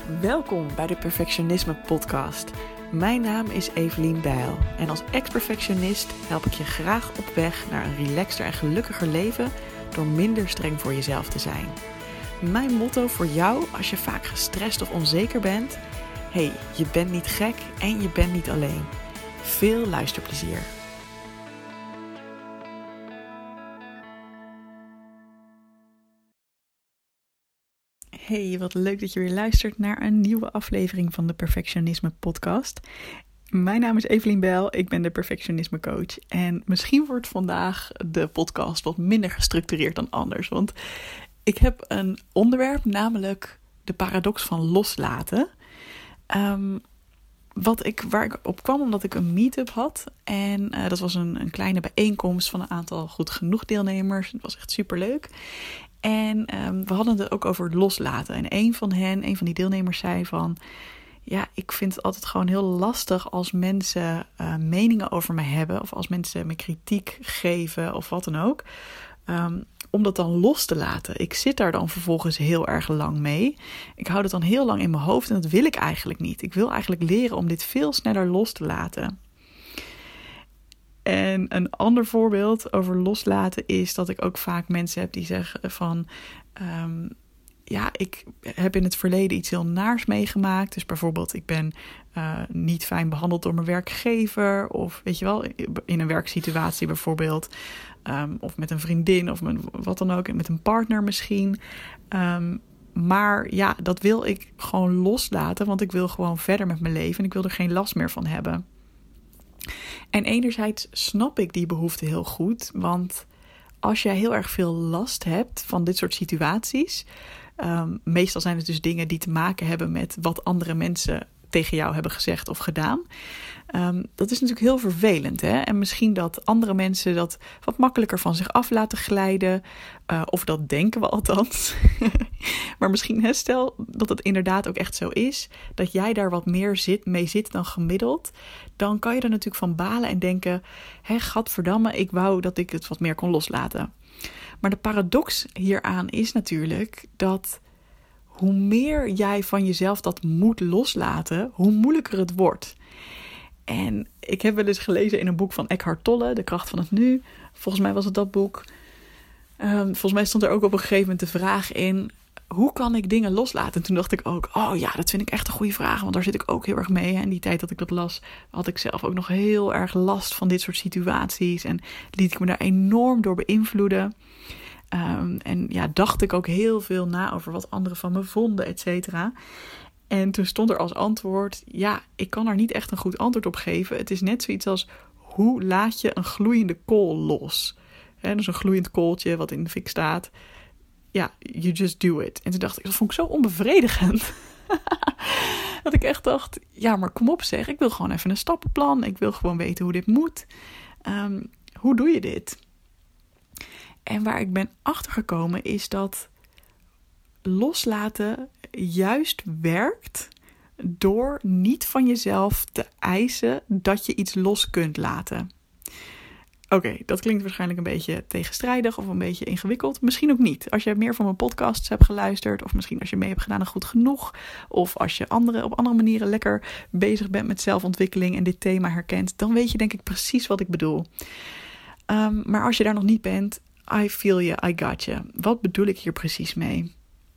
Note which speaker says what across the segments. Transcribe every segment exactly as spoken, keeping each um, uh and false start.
Speaker 1: Welkom bij de Perfectionisme Podcast. Mijn naam is Evelien Bijl en als ex-perfectionist help ik je graag op weg naar een relaxter en gelukkiger leven door minder streng voor jezelf te zijn. Mijn motto voor jou als je vaak gestrest of onzeker bent: hey, je bent niet gek en je bent niet alleen. Veel luisterplezier. Hey, wat leuk dat je weer luistert naar een nieuwe aflevering van de Perfectionisme Podcast. Mijn naam is Evelien Bijl, ik ben de Perfectionisme Coach. En misschien wordt vandaag de podcast wat minder gestructureerd dan anders. Want ik heb een onderwerp, namelijk de paradox van loslaten. Um, wat ik, waar ik op kwam omdat ik een meetup had. En uh, dat was een, een kleine bijeenkomst van een aantal goed genoeg deelnemers. Het was echt superleuk. En um, we hadden het ook over loslaten. En een van hen, een van die deelnemers zei van: ja, ik vind het altijd gewoon heel lastig als mensen uh, meningen over me hebben. Of als mensen me kritiek geven of wat dan ook. Um, om dat dan los te laten. Ik zit daar dan vervolgens heel erg lang mee. Ik hou het dan heel lang in mijn hoofd en dat wil ik eigenlijk niet. Ik wil eigenlijk leren om dit veel sneller los te laten. En een ander voorbeeld over loslaten is dat ik ook vaak mensen heb die zeggen van: Um, ja, ik heb in het verleden iets heel naars meegemaakt. Dus bijvoorbeeld, ik ben uh, niet fijn behandeld door mijn werkgever. Of weet je wel, in een werksituatie bijvoorbeeld. Um, of met een vriendin of met wat dan ook. Met een partner misschien. Um, maar ja, dat wil ik gewoon loslaten. Want ik wil gewoon verder met mijn leven. En ik wil er geen last meer van hebben. En enerzijds snap ik die behoefte heel goed. Want als jij heel erg veel last hebt van dit soort situaties. Um, meestal zijn het dus dingen die te maken hebben met wat andere mensen tegen jou hebben gezegd of gedaan. Um, dat is natuurlijk heel vervelend. Hè? En misschien dat andere mensen dat wat makkelijker van zich af laten glijden. Uh, of dat denken we althans. Maar misschien, hè, stel dat het inderdaad ook echt zo is. Dat jij daar wat meer zit, mee zit dan gemiddeld. Dan kan je er natuurlijk van balen en denken: hè, gadverdamme, ik wou dat ik het wat meer kon loslaten. Maar de paradox hieraan is natuurlijk dat hoe meer jij van jezelf dat moet loslaten, hoe moeilijker het wordt. En ik heb wel eens gelezen in een boek van Eckhart Tolle, De Kracht van het Nu. Volgens mij was het dat boek. Um, volgens mij stond er ook op een gegeven moment de vraag in: hoe kan ik dingen loslaten? En toen dacht ik ook: oh ja, dat vind ik echt een goede vraag. Want daar zit ik ook heel erg mee. En die tijd dat ik dat las, had ik zelf ook nog heel erg last van dit soort situaties. En liet ik me daar enorm door beïnvloeden. Um, en ja, dacht ik ook heel veel na over wat anderen van me vonden, et cetera. En toen stond er als antwoord: ja, ik kan er niet echt een goed antwoord op geven. Het is net zoiets als: hoe laat je een gloeiende kool los? He, dus een gloeiend kooltje wat in de fik staat. Ja, you just do it. En toen dacht ik, dat vond ik zo onbevredigend. Dat ik echt dacht: ja, maar kom op zeg. Ik wil gewoon even een stappenplan. Ik wil gewoon weten hoe dit moet. Um, hoe doe je dit? En waar ik ben achtergekomen is dat loslaten juist werkt door niet van jezelf te eisen dat je iets los kunt laten. Oké, okay, dat klinkt waarschijnlijk een beetje tegenstrijdig of een beetje ingewikkeld. Misschien ook niet. Als je meer van mijn podcasts hebt geluisterd, of misschien als je mee hebt gedaan aan Goed Genoeg, of als je andere, op andere manieren lekker bezig bent met zelfontwikkeling en dit thema herkent, dan weet je denk ik precies wat ik bedoel. Um, maar als je daar nog niet bent, I feel you, I got you. Wat bedoel ik hier precies mee?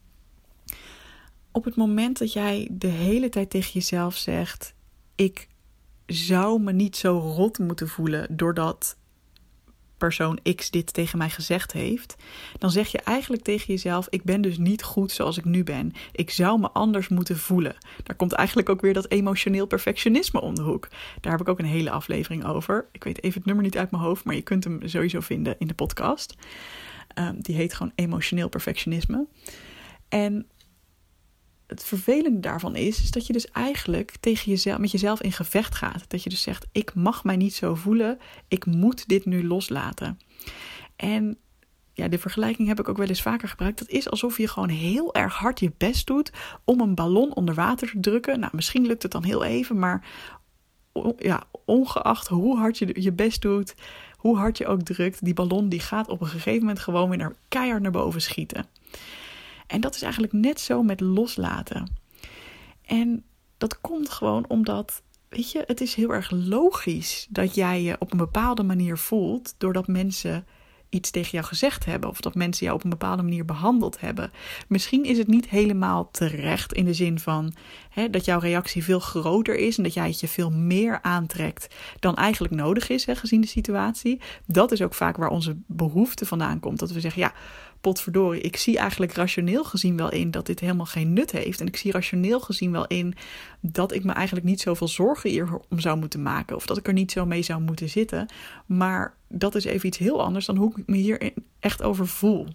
Speaker 1: Op het moment dat jij de hele tijd tegen jezelf zegt: ik zou me niet zo rot moeten voelen doordat persoon X dit tegen mij gezegd heeft, dan zeg je eigenlijk tegen jezelf: ik ben dus niet goed zoals ik nu ben. Ik zou me anders moeten voelen. Daar komt eigenlijk ook weer dat emotioneel perfectionisme om de hoek. Daar heb ik ook een hele aflevering over. Ik weet even het nummer niet uit mijn hoofd, maar je kunt hem sowieso vinden in de podcast. Um, die heet gewoon emotioneel perfectionisme. En het vervelende daarvan is, is dat je dus eigenlijk tegen jezelf, met jezelf in gevecht gaat. Dat je dus zegt: ik mag mij niet zo voelen. Ik moet dit nu loslaten. En ja, de vergelijking heb ik ook wel eens vaker gebruikt. Dat is alsof je gewoon heel erg hard je best doet om een ballon onder water te drukken. Nou, misschien lukt het dan heel even, maar ja, ongeacht hoe hard je je best doet, hoe hard je ook drukt, die ballon die gaat op een gegeven moment gewoon weer naar, keihard naar boven schieten. En dat is eigenlijk net zo met loslaten. En dat komt gewoon omdat, weet je, het is heel erg logisch dat jij je op een bepaalde manier voelt doordat mensen iets tegen jou gezegd hebben of dat mensen jou op een bepaalde manier behandeld hebben. Misschien is het niet helemaal terecht in de zin van hè, dat jouw reactie veel groter is en dat jij het je veel meer aantrekt dan eigenlijk nodig is, hè, gezien de situatie. Dat is ook vaak waar onze behoefte vandaan komt. Dat we zeggen, ja, potverdorie, ik zie eigenlijk rationeel gezien wel in dat dit helemaal geen nut heeft. En ik zie rationeel gezien wel in dat ik me eigenlijk niet zoveel zorgen hierom zou moeten maken. Of dat ik er niet zo mee zou moeten zitten. Maar dat is even iets heel anders dan hoe ik me hier echt over voel.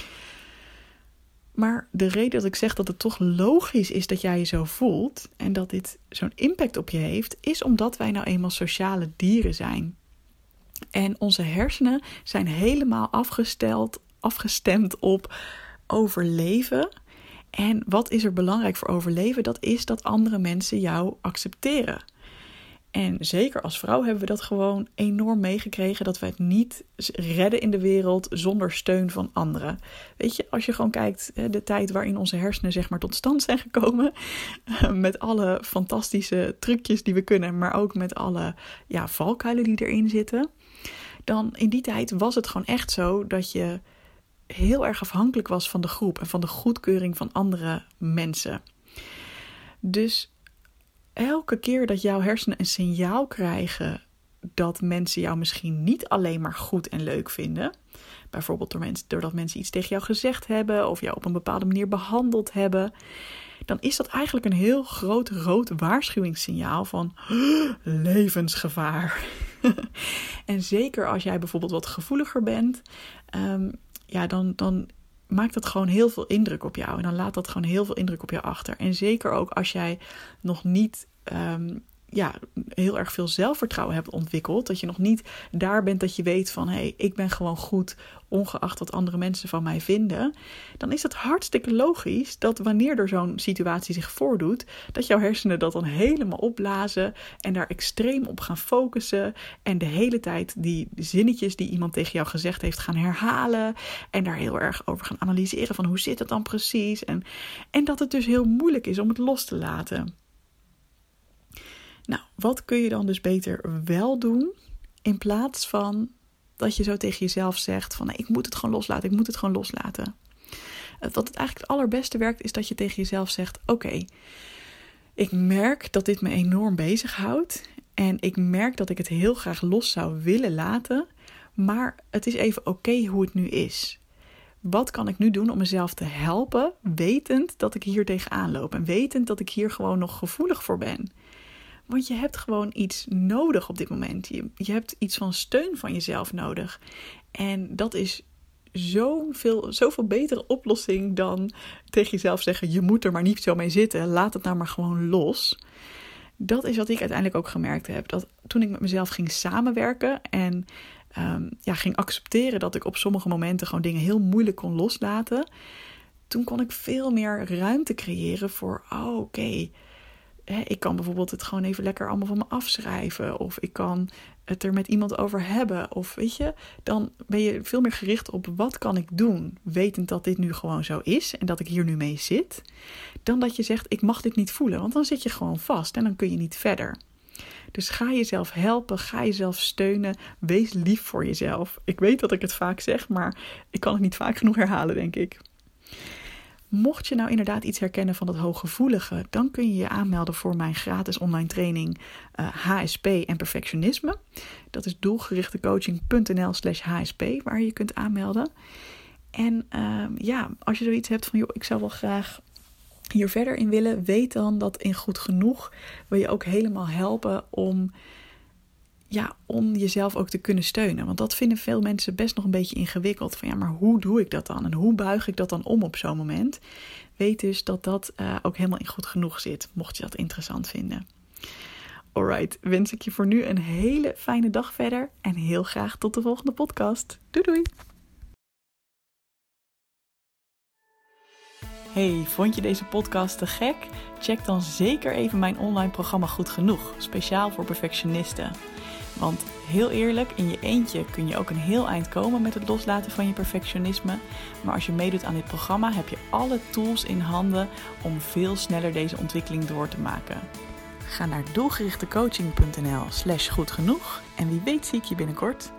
Speaker 1: Maar de reden dat ik zeg dat het toch logisch is dat jij je zo voelt en dat dit zo'n impact op je heeft, is omdat wij nou eenmaal sociale dieren zijn. En onze hersenen zijn helemaal afgesteld, afgestemd op overleven. En wat is er belangrijk voor overleven? Dat is dat andere mensen jou accepteren. En zeker als vrouw hebben we dat gewoon enorm meegekregen, dat we het niet redden in de wereld zonder steun van anderen. Weet je, als je gewoon kijkt, de tijd waarin onze hersenen zeg maar tot stand zijn gekomen, met alle fantastische trucjes die we kunnen, maar ook met alle ja, valkuilen die erin zitten, dan in die tijd was het gewoon echt zo dat je heel erg afhankelijk was van de groep en van de goedkeuring van andere mensen. Dus elke keer dat jouw hersenen een signaal krijgen dat mensen jou misschien niet alleen maar goed en leuk vinden, bijvoorbeeld door mensen, doordat mensen iets tegen jou gezegd hebben of jou op een bepaalde manier behandeld hebben, dan is dat eigenlijk een heel groot rood waarschuwingssignaal van levensgevaar. En zeker als jij bijvoorbeeld wat gevoeliger bent, um, ja, dan, dan maakt dat gewoon heel veel indruk op jou. En dan laat dat gewoon heel veel indruk op jou achter. En zeker ook als jij nog niet um, ja, heel erg veel zelfvertrouwen hebt ontwikkeld. Dat je nog niet daar bent dat je weet van, hé, hey, ik ben gewoon goed, ongeacht wat andere mensen van mij vinden. Dan is het hartstikke logisch dat wanneer er zo'n situatie zich voordoet, dat jouw hersenen dat dan helemaal opblazen en daar extreem op gaan focussen. En de hele tijd die zinnetjes die iemand tegen jou gezegd heeft gaan herhalen. En daar heel erg over gaan analyseren van hoe zit het dan precies. En, en dat het dus heel moeilijk is om het los te laten. Nou, wat kun je dan dus beter wel doen in plaats van dat je zo tegen jezelf zegt van nee, ik moet het gewoon loslaten, ik moet het gewoon loslaten. Wat het eigenlijk het allerbeste werkt is dat je tegen jezelf zegt, oké, okay, ik merk dat dit me enorm bezighoudt en ik merk dat ik het heel graag los zou willen laten, maar het is even oké okay hoe het nu is. Wat kan ik nu doen om mezelf te helpen, wetend dat ik hier tegenaan loop en wetend dat ik hier gewoon nog gevoelig voor ben? Want je hebt gewoon iets nodig op dit moment. Je, je hebt iets van steun van jezelf nodig. En dat is zoveel, zoveel betere oplossing dan tegen jezelf zeggen, je moet er maar niet zo mee zitten. Laat het nou maar gewoon los. Dat is wat ik uiteindelijk ook gemerkt heb. Dat toen ik met mezelf ging samenwerken en um, ja, ging accepteren dat ik op sommige momenten gewoon dingen heel moeilijk kon loslaten. Toen kon ik veel meer ruimte creëren voor, oh oké, okay, ik kan bijvoorbeeld het gewoon even lekker allemaal van me afschrijven. Of ik kan het er met iemand over hebben. Of weet je, dan ben je veel meer gericht op wat kan ik doen. Wetend dat dit nu gewoon zo is en dat ik hier nu mee zit. Dan dat je zegt, ik mag dit niet voelen. Want dan zit je gewoon vast en dan kun je niet verder. Dus ga jezelf helpen, ga jezelf steunen. Wees lief voor jezelf. Ik weet dat ik het vaak zeg, maar ik kan het niet vaak genoeg herhalen, denk ik. Mocht je nou inderdaad iets herkennen van dat hooggevoelige, dan kun je je aanmelden voor mijn gratis online training uh, H S P en perfectionisme. Dat is doelgerichtecoaching.nl slash HSP waar je je kunt aanmelden. En uh, ja, als je zoiets hebt van, joh, ik zou wel graag hier verder in willen, weet dan dat in Goed Genoeg wil je ook helemaal helpen om, ja, om jezelf ook te kunnen steunen. Want dat vinden veel mensen best nog een beetje ingewikkeld. Van ja, maar hoe doe ik dat dan? En hoe buig ik dat dan om op zo'n moment? Weet dus dat dat uh, ook helemaal in Goed Genoeg zit, mocht je dat interessant vinden. Alright, wens ik je voor nu een hele fijne dag verder en heel graag tot de volgende podcast. Doei doei! Hey, vond je deze podcast te gek? Check dan zeker even mijn online programma Goed Genoeg, speciaal voor perfectionisten. Want heel eerlijk, in je eentje kun je ook een heel eind komen met het loslaten van je perfectionisme. Maar als je meedoet aan dit programma heb je alle tools in handen om veel sneller deze ontwikkeling door te maken. Ga naar doelgerichtecoaching punt n l slash goed genoeg en wie weet zie ik je binnenkort.